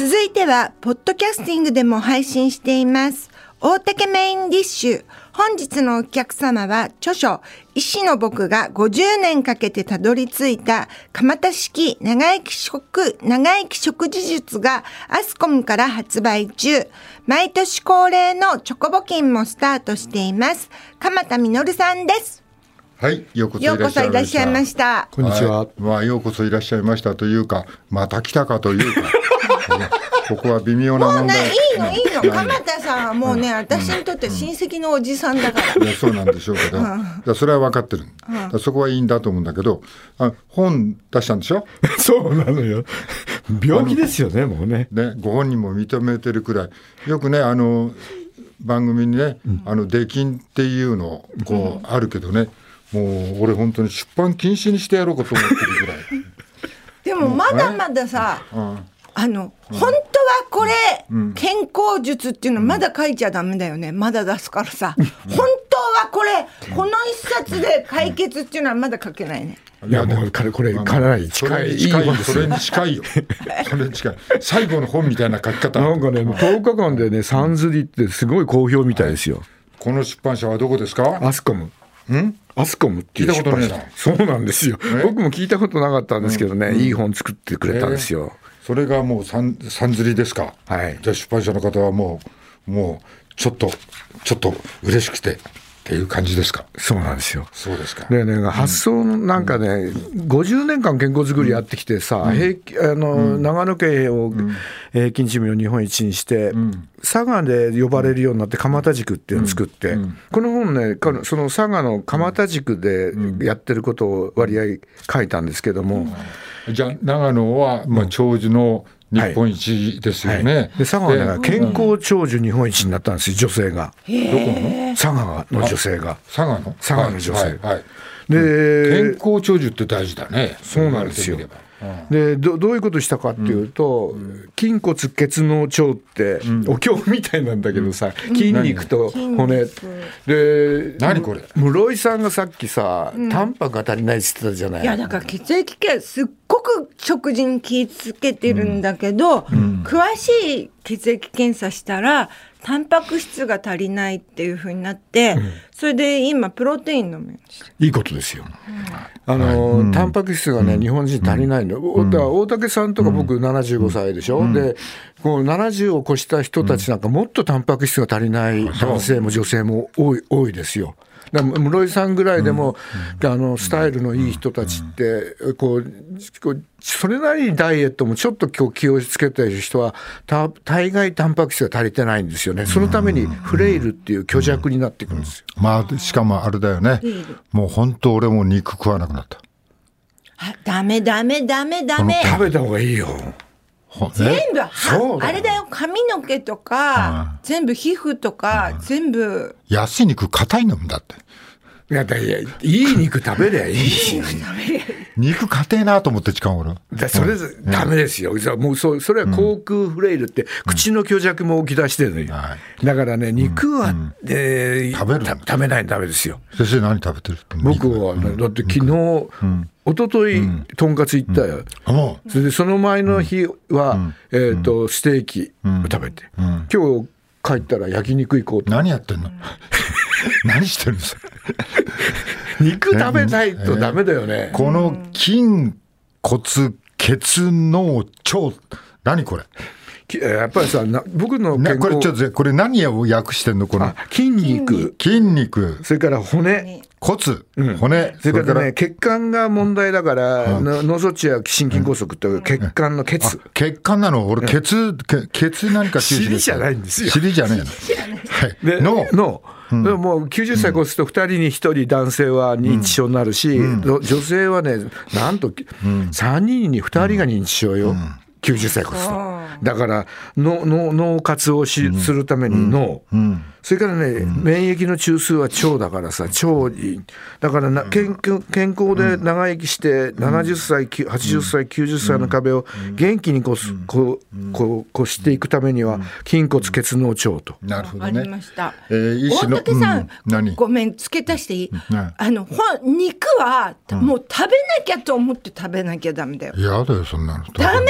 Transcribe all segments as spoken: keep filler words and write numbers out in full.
続いてはポッドキャスティングでも配信しています大竹メインディッシュ。本日のお客様は著書医師の僕がごじゅうねんかけてたどり着いた蒲田式長生き食長生き食事術がアスコムから発売中。毎年恒例のチョコ募金もスタートしています。蒲田実さんです。 はい、ようこそようこそいらっしゃいました。 こんにちは。 はい、まあ、ようこそいらっしゃいましたというか、また来たかというかここは微妙な問題。 もうね、いいのいいの、蒲田さんはもうね、うん、私にとって親戚のおじさんだから、 いやそうなんでしょうけど、うん、それは分かってる、うん、そこはいいんだと思うんだけど、あ本出したんでしょそうなのよ。病気ですよね、もうね。 ね、ご本人も認めてるくらい。よくね、あの番組にね、うん、あの出禁っていうのこう、うん、あるけどね、もう俺本当に出版禁止にしてやろうかと思ってるぐらいでもまだまださ、うん、あの、うん、本当はこれ、うん、健康術っていうのまだ書いちゃダメだよね、うん、まだ出すからさ、うん、本当はこれこの一冊で解決っていうのはまだ書けないね。 いやもうこれかなり近い、 近いそれに近いよそれに近い最後の本みたいな書き方なんかね、とおかかんでねさんずりってすごい好評みたいですよ、はい、 この出版社はどこですか？ アスコム。んアスコムっていう出版社。そうなんですよ。僕も聞いたことなかったんですけどね、うん、いい本作ってくれたんですよ、 えー、それがもうさんずりですか？はい。じゃあ出版社の方はもうもうちょっとちょっと嬉しくてっていう感じですか？ そうなんですよ。 そうですか。 でね、発想なんかね、うん、ごじゅうねんかん健康づくりやってきてさ、うん、平あの、うん、長野県を平均寿命日本一にして、うん、佐賀で呼ばれるようになって蒲田塾っていうのを作って、うんうん、この本ね、その佐賀の蒲田塾でやってることを割合書いたんですけども、 うん、じゃあ長野は、まあ、長寿の日本一ですよね、はいはい、 で佐賀は、ね、健康長寿日本一になったんですよ、女性が。どこの？佐賀の女性が。 佐賀の？ 佐賀の女性、はいはいはい、 で健康長寿って大事だね。 そうなんですよ。で ど, どういうことしたかっていうと、うん、筋骨血脳腸って、うん、お経みたいなんだけどさ、うん、筋肉と骨、うん、で何これ室井さんがさっきさ、うん、タンパクが足りないって言ってたじゃない。 いやだから血液系すっごく食事に気をつけてるんだけど、うん、詳しい血液検査したらタンパク質が足りないっていう風になって、うん、それで今プロテイン飲む。 いいことですよ、うん、あの、うん、タンパク質がね、日本人足りないの、うん、だから大竹さんとか僕ななじゅうごさいでしょ、うん、でこうななじゅうを越した人たちなんかもっとタンパク質が足りない男性も女性も多い、多いですよ。だから室井さんぐらいでも、うん、あのスタイルのいい人たちってこうこうそれなりにダイエットもちょっと気をつけている人は大概タンパク質が足りてないんですよね。そのためにフレイルっていう虚弱になっていくんですよ、 うんうんまあ、しかもあれだよね、もう本当俺も肉食わなくなった。 あダメダメダメダメ食べた方がいいよ。 全部はあれだよ、髪の毛とか、うん、全部皮膚とか、うん、全部安い肉硬いのだって。 いやだいやいい肉食べりゃいいし肉硬いなと思って近頃だそれ、うん、ダメですよ。もう そ, それは口腔フレイルって、うん、口の虚弱も起き出してるのよ、うん、だからね肉は、うんえー、食べる食べないとダメですよ。 先生何食べてる？ 僕は、ね、だって昨日、うん一昨日、うん、とんかつ行ったよ、うん、それでその前の日は、うんえー、とステーキを食べて、うんうん、今日帰ったら焼肉行こうと。 何やってんの何してるんですか肉食べないとダメだよね、 えー、この筋骨血脳腸何これやっぱりさな僕の健康これちょっとこれ何を訳してんのこの筋肉筋肉それから骨骨、うん、骨それからね血管が問題だから、うん、脳卒中や心筋梗塞という血管の血、 うん、血管なの俺血、うん、血何か尻じゃないんですよ。 尻じゃねえの脳脳うん、もうきゅうじゅっさい越すとふたりにひとり男性は認知症になるし、うん、女性はねなんとさんにんにふたりが認知症よ、うんきゅうじゅっさい越すと。だから脳活をし、うん、するために脳、うん、それからね、うん、免疫の中枢は腸だからさ腸にだからな、うん、健, 健康で長生きして、うん、ななじゅっさいはちじゅっさいきゅうじゅっさいの壁を元気に越す、うん、こうこう越していくためには、うん、筋骨血脳腸と。 なるほどね。 ありました、 えー、医師の大竹さん、 うん、 ごめん付け足していい、うん、あの肉はもう食べなきゃと思って食べなきゃダメだよ。 やだよそんなのダメなん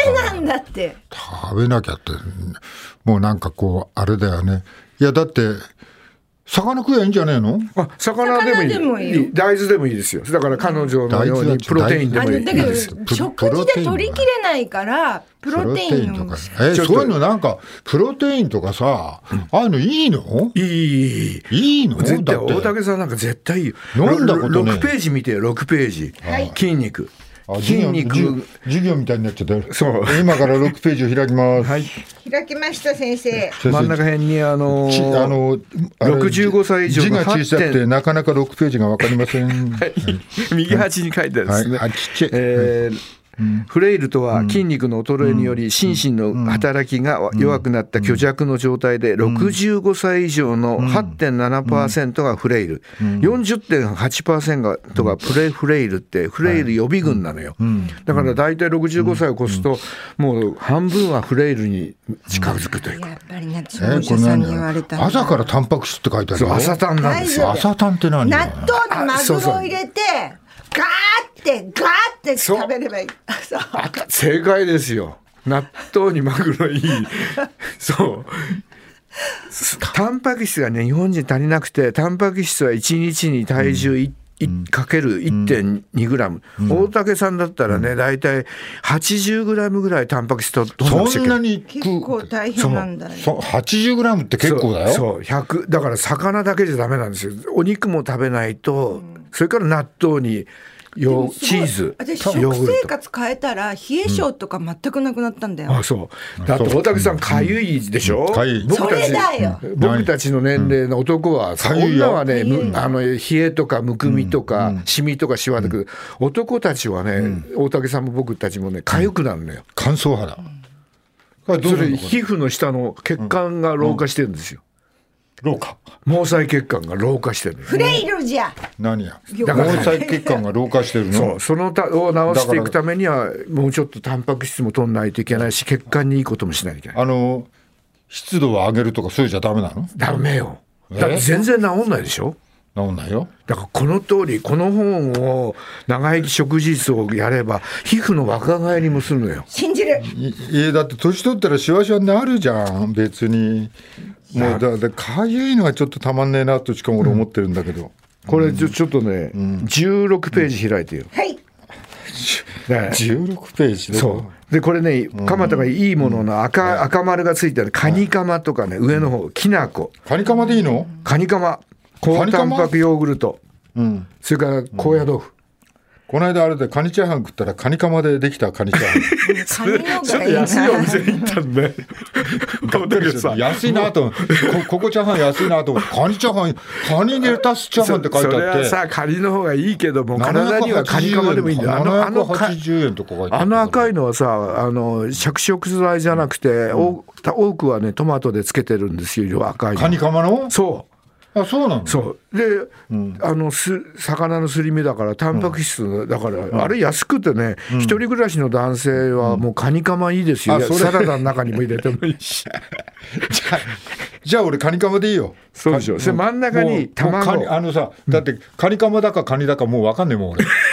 んだって。 食べなきゃって、もうなんかこうあれだよね。いやだって魚食えばいいんじゃねえの？ あ、魚でもいい、 魚でもいいよ。 大豆でもいいですよ。だから彼女のようにプロテインでもいいだけどです。 食事で取りきれないからプロテインをとか、えそういうのなんかプロテインとかさ、うん、ああいうのいいの？ いいいいいいの？ 絶対大竹さんなんか絶対いいよ。 飲んだことね。 ろくページ見てよ、ろくページ、はい、筋肉筋肉授業みたいになっちゃった。 そう今からろくページを開きます、はい、 開きました先生。 真ん中辺にあのー、あのろくじゅうごさい以上の字が小さくてなかなかろくページが分かりません、 はい、右端に書いてあるんですね、 はいはい、ちっちゃい、 えーうん、フレイルとは筋肉の衰えにより心身の働きが弱くなった虚弱の状態で、ろくじゅうごさい以上の はちてんななパーセント がフレイル、よんじゅってんはちパーセント がプレフレイルって、フレイル予備軍なのよ。だから大体ろくじゅうごさいを越すともう半分はフレイルに近づくというか、 やっぱりね、お医者さんに言われた。 朝からタンパク質って書いてあるよ。 朝タンなんですよ。 朝タンって何？ 納豆にマグロを入れてガーってガーって食べればいい。そう正解ですよ。納豆にマグロいい。そうタンパク質がね、日本人足りなくて、タンパク質はいちにちに体重い、うん、かける いってんにグラム、うん、大竹さんだったらね、だいたいはちじゅうグラムぐらいタンパク質と取んなくちゃいけない。 そんなに結構大変なんだよ。 そうそう、はちじゅうグラムって結構だよ。 そう、ひゃくだから魚だけじゃダメなんですよ。お肉も食べないと、うん、それから納豆によチーズ、 私食生活変えたら冷え性とか全くなくなったんだよ、 うん、あ、そうだって大竹さんかゆいでしょ、うん、僕たち、それだよ。僕たちの年齢の男は、うん、女はね、あの冷えとかむくみとか、うん、シミとかシワだけど、うん、男たちはね、うん、大竹さんも僕たちもねかゆくなるのよ。 乾燥肌、 うん、それ皮膚の下の血管が老化してるんですよ、 老化、 毛細血管が老化してる。 フレイルじゃ何や、だから毛細血管が老化してるの。 そう、そのたを治していくためにはもうちょっとタンパク質も取んないといけないし、血管にいいこともしないといけない。 あの湿度を上げるとかそういうじゃダメなの？ ダメよ。だって全然治んないでしょ。 治んないよ。 だからこの通り、この本を長生き食事術をやれば皮膚の若返りもするのよ。 信じる。 いいや、だって年取ったらシワシワになるじゃん別に。もうだだかゆいのはちょっとたまんねえなとしか俺思ってるんだけど、うん、 これちょ、ちょっとね、うん、じゅうろくページ開いてよ、 はい、 じゅうろくページで、 そうでこれね、蒲田がいいものの 赤,、うん、赤丸がついてあるカニカマとかね、上の方きなこ、 カニカマでいいの？ カニカマ、高タンパクヨーグルト、うん、それから高野豆腐、 この間あれでカニチャーハン食ったらカニカマでできたカニチャーハンそれちょっと安いお店に行ったんで安いなとこここチャーハン安いなとカニチャーハン、カニレタスチャーハンって書いてあって、それはさカニの方がいいけども、体にはカニカマでもいいんだよ。あのななひゃくはちじゅうえんとか書いてある。 あの赤いのはさ、あの着色剤じゃなくて、うん、多くはねトマトでつけてるんですよ、色赤いの。 カニカマの？ そう、 あ、そうなんだ。 そうで、うん、あのす魚のすり身だからタンパク質、うん、だから、うん、あれ安くてね、うん、一人暮らしの男性はもうカニカマいいですよ、うん、サラダの中にも入れてもいいしじゃあじゃあ俺カニカマでいいよ。 そうでしょ。それ真ん中に卵、 あのさ、だってカニカマだかカニだかもう分かんねえもん俺嘘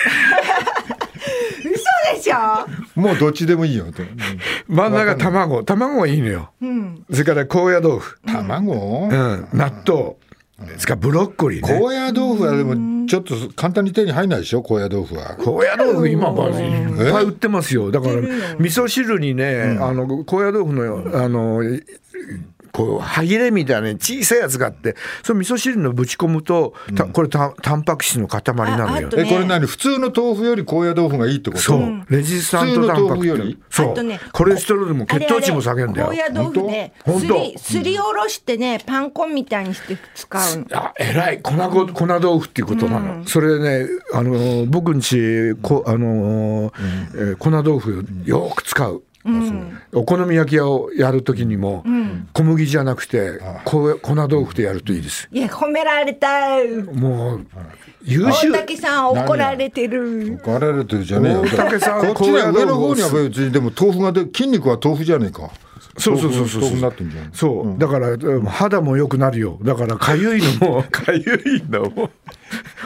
でしょ。 もうどっちでもいいよと、うん、 真ん中卵、卵はいいのよ、うん、それから高野豆腐、 卵、 うん、納豆、ですからブロッコリーね。 高野豆腐はでもちょっと簡単に手に入んないでしょ、高野豆腐は。 高野豆腐今まずいっぱい売ってますよ。だから味噌汁にね、うん、あの高野豆腐のあのこう歯切れみたいな小さいやつがあって、その味噌汁のぶち込むと、うん、これタンパク質の塊なのよ。 え、これ何、普通の豆腐より高野豆腐がいいってこと？ そう、レジスタントタンパク質、そう、ね、コレステロールも血糖値も下げるんだよ。 高野豆腐ですり、すりおろしてね、パン粉みたいにして使うの。 あ、偉い、粉粉豆腐っていうことなの、うん、それね、あの僕んちこあの、うんえー、粉豆腐よく使う。うん、お好み焼き屋をやるときにも、うん、小麦じゃなくて粉豆腐でやるといいです。 いや、褒められた。 もう優秀。 大竹さん怒られてる。 怒られてるじゃねえよ。 大竹さんこっちは上の方には別にでも豆腐がで、筋肉は豆腐じゃねえか。 そうそうそうそう。 豆腐になってんじゃん。 そう、うん、だから肌も良くなるよ。だからかゆいのもかゆいのも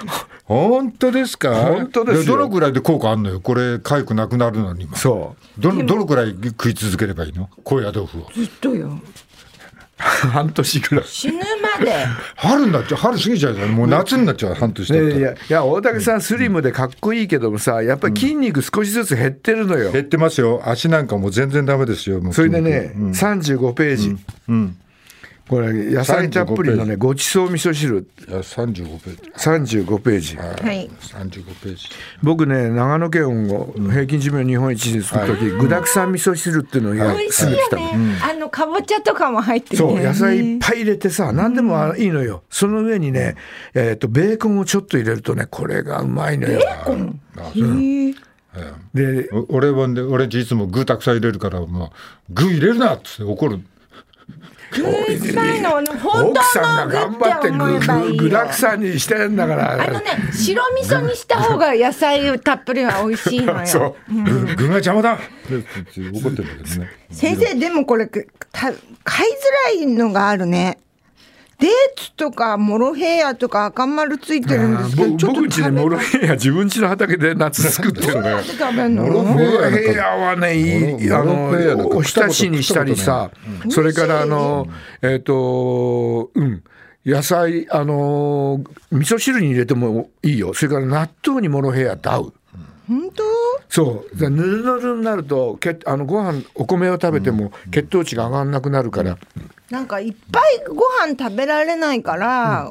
本当ですか？ 本当ですよ。 どのくらいで効果あんのよこれ？痒くなくなるのにも。 そうどのどのくらい食い続ければいいの？高野豆腐をずっとよ。 半年ぐらい。 死ぬまで。 春になっちゃう。春過ぎちゃうじゃん。もう夏になっちゃう。半年経ったら。 いやいや大竹さんスリムでかっこいいけどもさ、やっぱり筋肉少しずつ減ってるのよ。 減ってますよ。足なんかもう全然ダメですよ。もうそれでね、 うん、 さんじゅうごページ、 うんうん、 これ野菜たっぷりのねごちそう味噌汁。 いやさんじゅうごページ。 さんじゅうごページ。 はい。 さんじゅうごページ。 僕ね長野県を平均寿命日本一にするとき、具だくさん味噌汁っていうのをや美味しいよね。あのかぼちゃとかも入ってる、 そう野菜いっぱい入れてさ、何でもいいのよ。その上にね、えー、とベーコンをちょっと入れるとねこれがうまいのよ。 ベーコン。へえ。 で俺はね、俺いつも具たくさん入れるから、もう具入れるなって怒る。 具臭いの本当の奥さんが頑張って具具だくさんにしてんだから。 あのね白味噌にした方が野菜たっぷりは美味しいのよ。 そう、 うん、具が邪魔だって怒ってるんだけどね。 先生でもこれた買いづらいのがあるね。デーツとかモロヘイヤとか赤丸ついてるんですけど、ちょっと僕んちでモロヘイヤ自分家の畑で夏作ってるのよ。モロヘイヤはねいい、あのおひたしにしたりさ、うん、それからあのえっ、ー、とうん野菜あの味噌汁に入れてもいいよ。それから納豆にモロヘイヤって合う。 本当？ そうぬるぬるになるとけあのご飯お米を食べても血糖値が上がんなくなるから、 なんかいっぱいご飯食べられないから、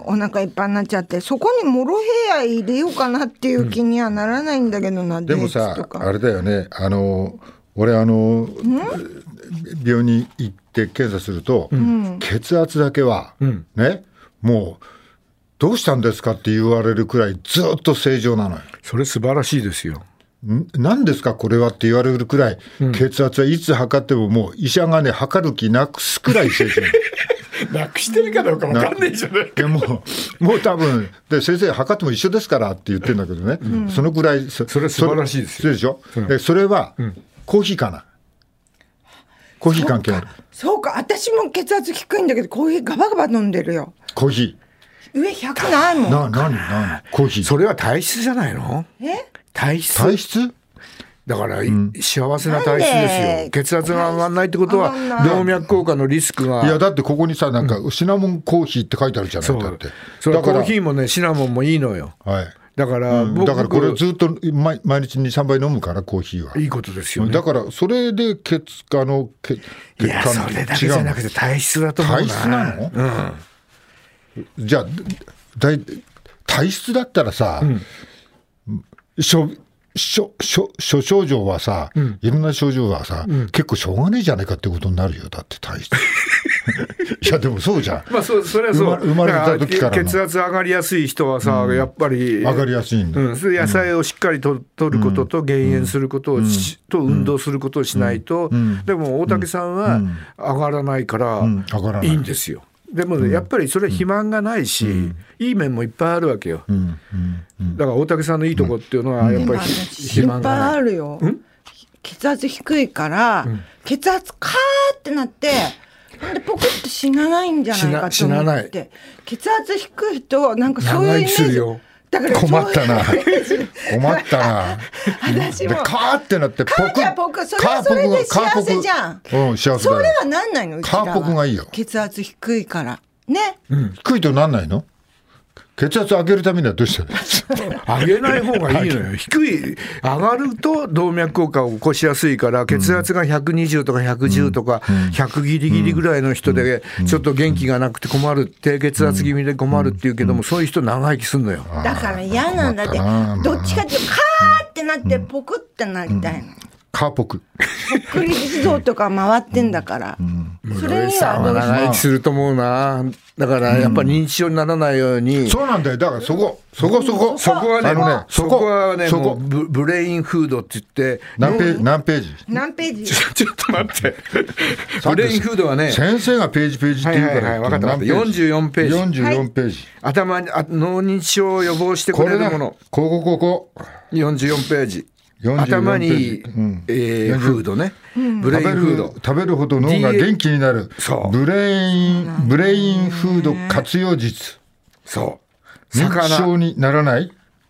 うん、お腹いっぱいになっちゃって、そこにモロヘイヤ入れようかなっていう気にはならないんだけどな、うん、 でもさあれだよね、あの俺あの病院に行って検査すると、うん、血圧だけは、うん、ねもうどうしたんですかって言われるくらいずっと正常なのよ。 それ素晴らしいですよ。 何ですかこれはって言われるくらい、うん、血圧はいつ測ってももう医者がね測る気なくすくらい正常なくしてるかどうか分かんないじゃないか。 でももう多分で先生測っても一緒ですからって言ってるんだけどね、うん、そのくらい そ, それ素晴らしいですよ。 それでしょ、うん、でそれは、うん、コーヒーかな。コーヒー関係ある。 そうか、そうか、私も血圧低いんだけどコーヒーガバガバ飲んでるよ。 コーヒー上ひゃくないもん。 な何何コーヒー。 それは体質じゃないの？ え体質体質だから、うん、幸せな体質ですよ。血圧が上がらないってことは動脈硬化のリスクが。 いやだってここにさなんかシナモンコーヒーって書いてあるじゃない。 そうだってそれコーヒーもねシナモンもいいのよ。 はい。 だから、 うん、だからこれずっと毎, 毎日にさんばい飲むからコーヒーはいいことですよね。 だからそれで血管の血いやそれだけじゃなくて体質だと思うな。 体質なの？うん、じゃあ体質だったらさ、うん、しょ諸症状はさ、うん、いろんな症状はさ、うん、結構しょうがねえじゃないかってことになるよ。だって体質いやでもそうじゃん。 まあそそれはそう。 生まれた時から血圧上がりやすい人はさ、うん、やっぱり上がりやすいんだ、 うん、それ野菜をしっかりと取ることと減塩することを、うん、と運動することをしないと、うん、でも大竹さんは上がらないからいいんですよ。でも、ね、やっぱりそれは肥満がないし、うん、いい面もいっぱいあるわけよ、うんうんうん、だから大竹さんのいいとこっていうのはやっぱり肥満がない。いっぱいあるよ。 血圧低いから、うん、血圧カーってなってなんでポクッと死なないんじゃないかと思って。 死なない。 血圧低いとなんかそういうイメージよ。 だから困ったな困ったな私もカーってなってポクッポクそれはそれで幸せじゃん。 うん、幸せだよ。 それはなんないの？うちらはカーポクがいいよ。 血圧低いからね、 うん、低いとなんないの？血圧上げるためにはどうしたの？上げない方がいいのよ。低い上がると動脈硬化を起こしやすいから、血圧がひゃくにじゅうとかひゃくじゅうとかひゃくギリギリぐらいの人でちょっと元気がなくて困る、低血圧気味で困るっていうけども、そういう人長生きすんのよ。 だから嫌なんだって。どっちかっていうとカーってなってポクってなりたいの、うん、 カーポク国立道とか回ってんだから、うんうん、それにはどう長生きすると思うな。だからやっぱり認知症にならないように、 うん、そうなんだよ。だからそこそこそこそこはね、 あのねそこはねもう ブ, ブレインフードって言って何ページ何ページ何ページちょ, ちょっと待ってブレインフードはね先生がページページって言うから、 はいはいはい、分かった分かったよんじゅうよんページよんじゅうよんページ、はい、 頭にあ脳認知症を予防してくれるもの、 ここここよんじゅうよんページ頭にいい、うんえー、フードね、うん、ブレインフード食べるほど脳が元気になるブレインブレインフード活用術。 そう認知症にならない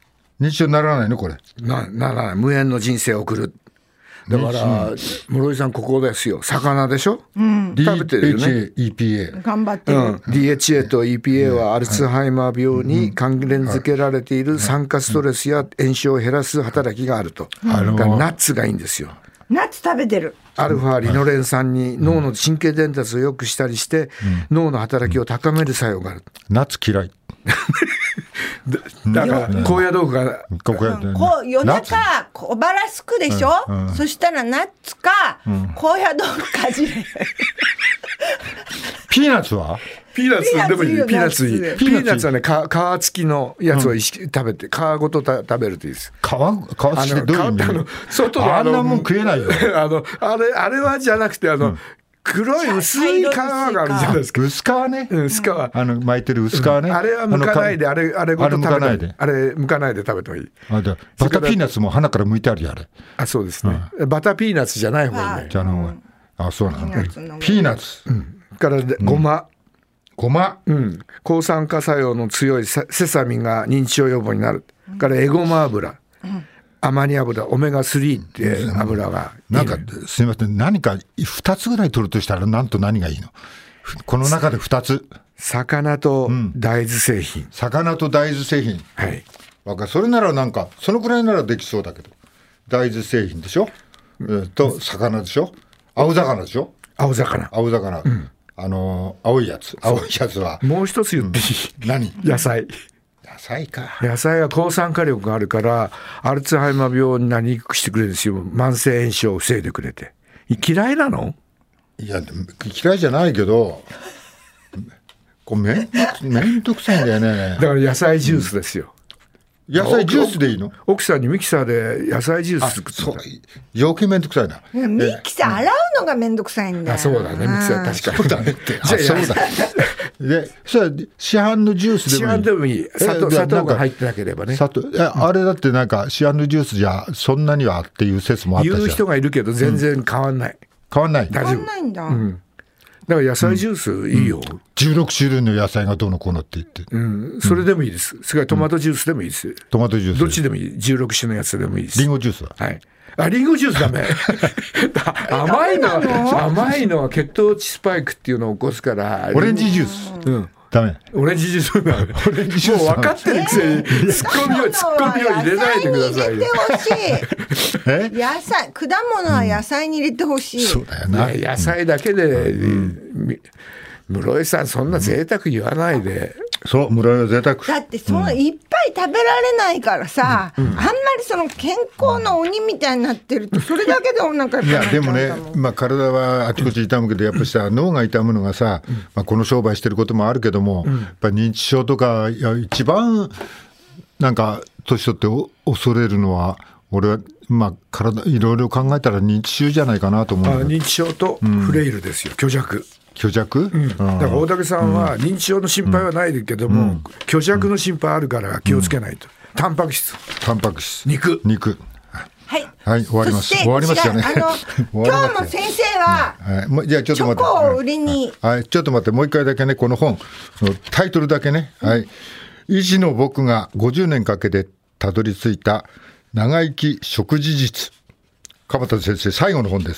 認知症にならないのこれ。 なならない。無縁の人生を送る。だから室井さんここですよ。魚でしょ、うん、食べてるよね。 ディーエイチエー、イーピーエー頑張ってる、うん、 ディーエイチエー と イーピーエー はアルツハイマー病に関連づけられている酸化ストレスや炎症を減らす働きがあると、うん、だからナッツがいいんですよ。 ナッツ食べてる。 アルファリノレン酸に脳の神経伝達を良くしたりして、うん、脳の働きを高める作用がある。 ナッツ嫌いだから高野豆腐が、 うん、こう夜中小腹すくでしょ、うんうん、そしたらナッツか、うん、高野豆腐かじれピーナッツはピーナッツでもいい。ピーナッツいい。ピーナッツはね、皮付きのやつを食べて、皮ごとた食べるといいです。 皮、皮付きどういう意味？あの外のあんなもん食えないよ。 あのあれあれはじゃなくてあの、うん、黒い薄い皮があるじゃないですか。 薄皮ね。 うん、薄皮。 あの巻いてる薄皮ね。 うん、あれは剥かないで、あれあれごと食べないで。あれ剥かないで食べた方がいい。 あ、じゃバターピーナッツも鼻から剥いてあるやあれ。 あ、そうですね。うん、バターピーナッツじゃない方がいいね。 じゃない方がいい。あ、そうなんだ。ピーナッツ。 うん。からでごま。 ごま、 うん、抗酸化作用の強いセサミンが認知症予防になる。からエゴマ油、うん、アマニ油、オメガスリーって油がいい、ね、 なんかすみません、何かふたつぐらい取るとしたらなんと何がいいの？この中でふたつ。 魚と大豆製品、うん、 魚と大豆製品、 はい、 わかそれならなんかそのくらいならできそうだけど、大豆製品でしょ、うん、と魚でしょ、青魚でしょ、 青魚青魚、うん、あの青いやつ、青いやつはもう一つ言っていい、 うん、何？ 野菜。 野菜か。 野菜は抗酸化力があるからアルツハイマー病になりにくくしてくれるんですよ。慢性炎症を防いでくれて。嫌いなの？ いや嫌いじゃないけどこれめんめんどくさいんだよね。 だから野菜ジュースですよ、 うん、野菜ジュースでいいの？ 奥さんにミキサーで野菜ジュース作ってた。 余計めんどくさいな。 ミキサー洗うのがめんどくさいんだよ。 あ、そうだね、ミキサー確かに。 そうだねって。じゃあそうだ。で、それ市販のジュースでもいい。市販でもいい。砂糖、砂糖が入ってなければね。 砂糖、いや、あれだってなんか市販のジュースじゃそんなにはっていう説もあったじゃん。 言う人がいるけど全然変わんない。 うん、変わんない。 変わんないんだ。うん。 だから野菜ジュースいいよ、うん、 じゅうろく種類の野菜がどうのこうのって言って、 うん、それでもいいです。それからトマトジュースでもいいです、うん、 トマトジュースどっちでもいい。じゅうろく種のやつでもいいです。 リンゴジュースは、 はい、あ、リンゴジュースダメ甘いのは甘いのは血糖値スパイクっていうのを起こすから。 オレンジジュース、 うん、 ダメ。 オレンジジュースダメ。 オレンジジュースもう分かってるくせにツッコミをツッコミを入れないでくださいよ。 え野菜、果物は野菜に入れてほしい、うん、 そうだよな、ね、野菜だけで、うん、室井さんそんな贅沢言わないで、 うん、そう室井は贅沢だってそのいっぱい食べられないからさ、うんうん、あんまりその健康の鬼みたいになってるとそれだけでお腹いっぱいになっちゃうんだもん。 いやでもね、まあ、体はあちこち痛むけどやっぱりさ脳が痛むのがさ、まあ、この商売してることもあるけども、やっぱ認知症とかいや一番なんか年取って恐れるのは俺はまあ体いろいろ考えたら認知症じゃないかなと思う。 あ、認知症とフレイルですよ、うん、虚弱。 虚弱、うん、 だから大竹さんは認知症の心配はないけども、うん、虚弱の心配あるから気をつけないと、うん、タンパク質、 タンパク質、 肉肉、 はい、 はい、終わります。終わりましたね。 あの今日も先生は、はい、じゃあちょっと待って、チョコを売りに、 はい、ちょっと待って、もう一回だけね、この本のタイトルだけね、はい、医師の僕がごじゅうねんかけてたどり着いた長生き食事術。鎌田先生最後の本です。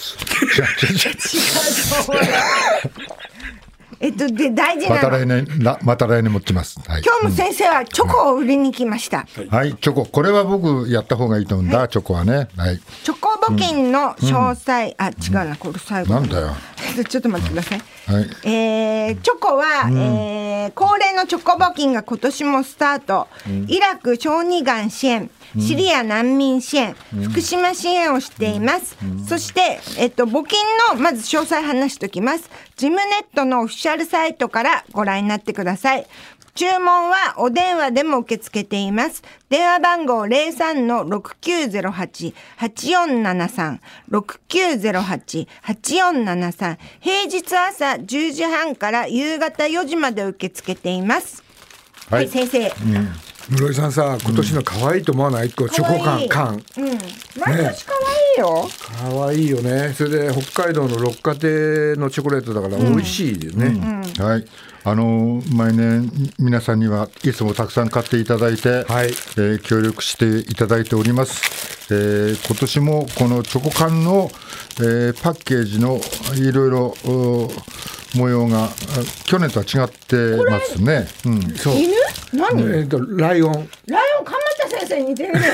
えっとで大事なの。 また来年また来年持ちます。はい、 今日も先生はチョコを売りに来ました。 うん、はい、チョコこれは僕やった方がいいと思うんだ、はい、チョコはね。はい。 チョコ募金の詳細、うん、あ違うなこれ最後。 なんだよ。 ちょっと待ってください。 はい、 えー、チョコは、うんえー、恒例のチョコ募金が今年もスタート、うん、イラク小児がん支援、シリア難民支援、うん、福島支援をしています、うん、そして、えっと、募金のまず詳細話しておきます。ジムネットのオフィシャルサイトからご覧になってください。注文はお電話でも受け付けています。電話番号 ゼロさんのろくきゅうゼロはち はちよんななさん ろくきゅうゼロはち はちよんななさん、平日朝じゅうじはんから夕方よじまで受け付けています。はい、はい、先生、うん、 室井さんさ、今年の可愛いと思わない？こうチョコ缶缶、 うん、毎年可愛いよ。 可愛いよね。それで北海道の六花亭のチョコレートだから美味しいですね、 うんうん、はい、あの毎年皆さんにはいつもたくさん買っていただいて、はい、えー、協力していただいております。えー、今年もこのチョコ缶の、えー、パッケージのいろいろ模様が去年とは違ってますね。うん、 そう、犬？何？ えー、とライオン。 ライオン、鎌田先生に似てるね。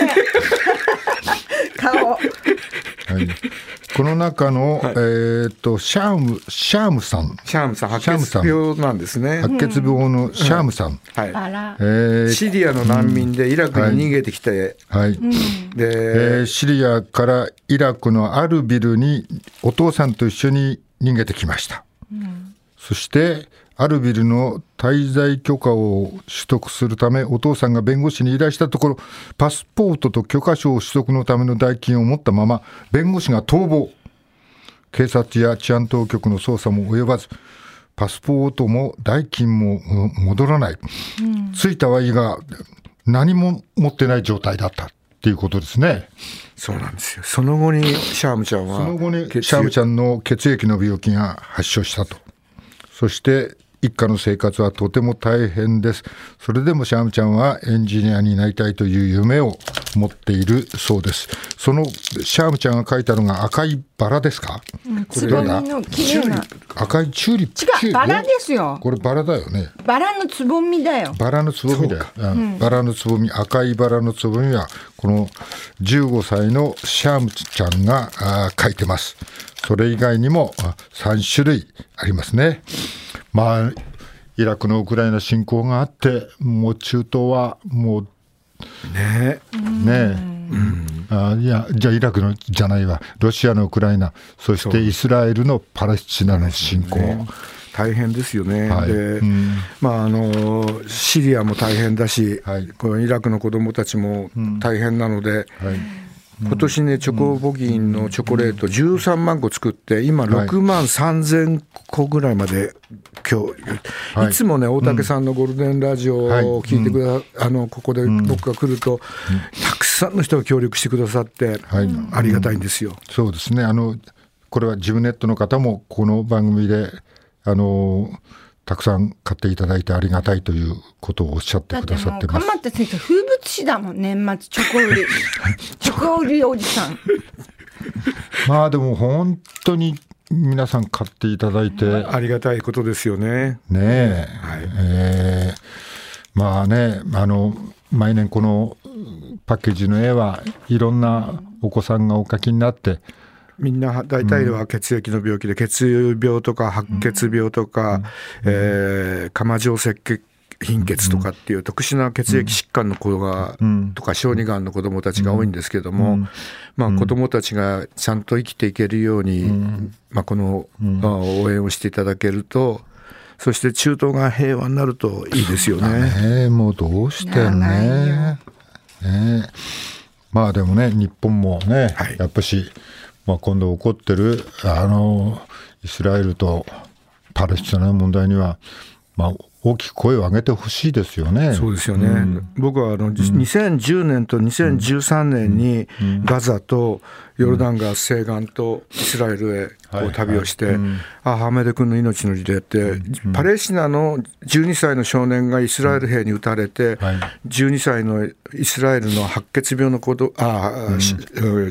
顔。はい、 この中の、はい、えー、とシャームシャームさんシャームさん白血病なんですね。 白血病のシャームさん、うん、 はい、えー、シリアの難民でイラクに逃げてきて、 はいはい、で、えー、シリアからイラクのアルビルにお父さんと一緒に逃げてきました、うん、そしてアルビルの滞在許可を取得するためお父さんが弁護士に依頼したところ、パスポートと許可証取得のための代金を持ったまま弁護士が逃亡。警察や治安当局の捜査も及ばず、パスポートも代金も戻らない、うん、着いたはいいが何も持ってない状態だったっていうことですね。 そうなんですよ。その後にシャームちゃんはその後にシャームちゃんの血液の病気が発症したと。そして一家の生活はとても大変です。それでもシャームちゃんはエンジニアになりたいという夢を持っているそうです。そのシャームちゃんが描いたのが赤いバラですか、 うん、これどうだ？ 赤いチューリップ。 違う、バラですよ。 これバラだよね。 バラのつぼみだよ。 バラのつぼみだよ、うん、バラのつぼみ、赤いバラのつぼみはこのじゅうごさいのシャームちゃんが描いてます。それ以外にもさんしゅるいありますね。まあイラクのウクライナ侵攻があってもう中東はもうねえねえ、うん、あいやじゃあイラクのじゃないわ、ロシアのウクライナ、そしてイスラエルのパレスチナの侵攻、ね、 大変ですよね、はい、で、うん、まあ、あのシリアも大変だし、はい、このイラクの子どもたちも大変なので、うん、はい、今年ねチョコボギンのチョコレートじゅうさんまんこ作って今ろくまんさんぜんこぐらいまで今日、はい、いつもね大竹さんのゴールデンラジオを聞いてくだ、はい、あのここで僕が来ると、うん、たくさんの人が協力してくださってありがたいんですよ、 うん、そうですね。あのこれはジムネットの方もこの番組であのたくさん買っていただいてありがたいということをおっしゃってくださってます。 鎌田先生風物詩だもん、年末チョコ売りチョコ売りおじさん。 まあでも本当に皆さん買っていただいてありがたいことですよね。 ねえ、はい、えー、まあね、あの毎年このパッケージの絵はいろんなお子さんがお描きになってみんな大体は血液の病気で、血友病とか白血病とか、うんえー、釜状赤血貧血とかっていう特殊な血液疾患の子が、うん、とか小児がんの子どもたちが多いんですけども、うんまあ、子どもたちがちゃんと生きていけるように、うんまあ、この、うん、応援をしていただけると、そして中東が平和になるといいですよね。 ねもうどうしてね。ねまあでもね日本もね、はい、やっぱしまあ、今度起こってるあのイスラエルとパレスチナの問題には、まあ、大きく声を上げてほしいですよね。 そうですよね、うん、僕はあの、うん、にせんじゅうねんとにせんじゅうさんねんにガザとヨルダン川西岸とイスラエルへこう旅をして、はいはいうん、アハメド君の命のリレーって、うん、パレスチナのじゅうにさいの少年がイスラエル兵に撃たれて、うんはい、じゅうにさいのイスラエルの白血病の子どあ、うん、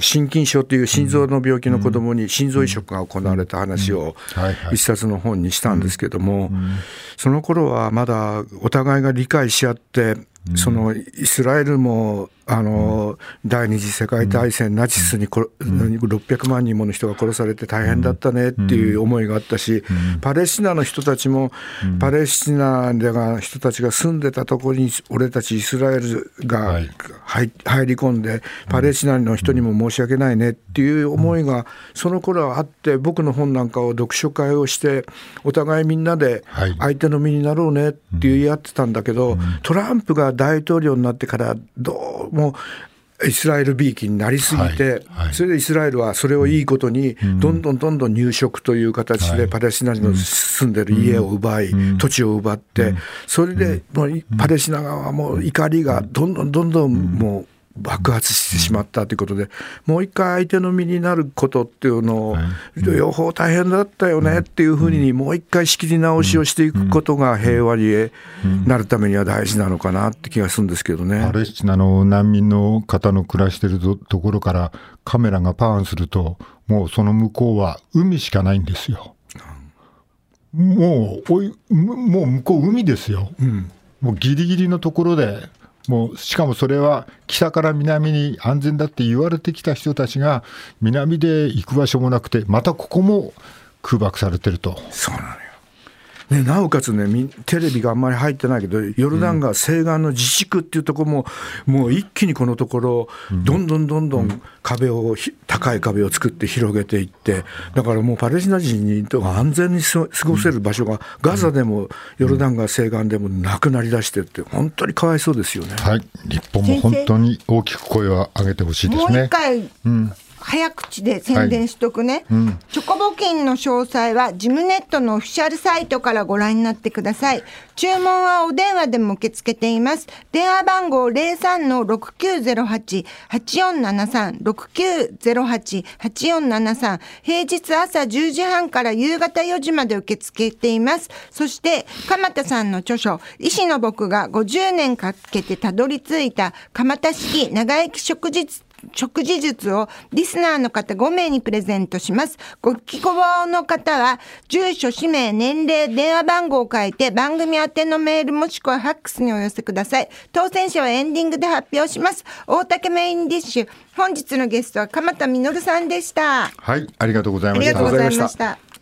心筋症という心臓の病気の子どもに心臓移植が行われた話を一冊の本にしたんですけども、その頃はまだお互いが理解し合ってそのイスラエルもあの第二次世界大戦ナチスにろっぴゃくまんにんもの人が殺されて大変だったねっていう思いがあったし、パレスチナの人たちもパレスチナの人たちが住んでたところに俺たちイスラエルが入り込んでパレスチナの人にも申し訳ないねっていう思いがその頃はあって、僕の本なんかを読書会をしてお互いみんなで相手の身になろうねって言い合ってたんだけど、トランプが大統領になってからどうもイスラエルびいきになりすぎて、はいはい、それでイスラエルはそれをいいことにどんどんどんどん入植という形でパレスチナ人の住んでる家を奪い、うん、土地を奪って、うん、それでもうパレスチナ側はもう怒りがどんどんどんどんもう爆発してしまったということで、もう一回相手の身になることっていうのを、はい、両方大変だったよねっていうふうにもう一回仕切り直しをしていくことが平和になるためには大事なのかなって気がするんですけどね。 パレスチナの難民の方の暮らしているところからカメラがパーンすると、もうその向こうは海しかないんですよ。もうおいもう向こう海ですよ、うん、もうギリギリのところで、もうしかもそれは北から南に安全だって言われてきた人たちが南で行く場所もなくて、またここも空爆されてると。 そうなのよ、ね、なおかつね、テレビがあんまり入ってないけど、ヨルダン川西岸の自治区っていうところも、うん、もう一気にこのところどんどんどんどん壁を、うん、高い壁を作って広げていって、だからもうパレスチナ人に安全に過ごせる場所がガザでもヨルダン川西岸でもなくなりだしてって、本当にかわいそうですよね。 はい、日本も本当に大きく声を上げてほしいですね。 もう一回、うん早口で宣伝しとくね、はいうん、チョコ募金の詳細はジムネットのオフィシャルサイトからご覧になってください。注文はお電話でも受け付けています。電話番号 ゼロさんのろくきゅうゼロはち はちよんななさん ろくきゅうゼロはち はちよんななさん、平日朝じゅうじはんから夕方よじまで受け付けています。そして鎌田さんの著書、医師の僕がごじゅうねんかけてたどり着いた鎌田式長生き食事食事術をリスナーの方ごめいにプレゼントします。ご希望の方は住所、氏名、年齢、電話番号を書いて番組宛てのメールもしくはファックスにお寄せください。当選者はエンディングで発表します。大竹メインディッシュ、本日のゲストは鎌田実さんでした。 はい、ありがとうございました。 ありがとうございました。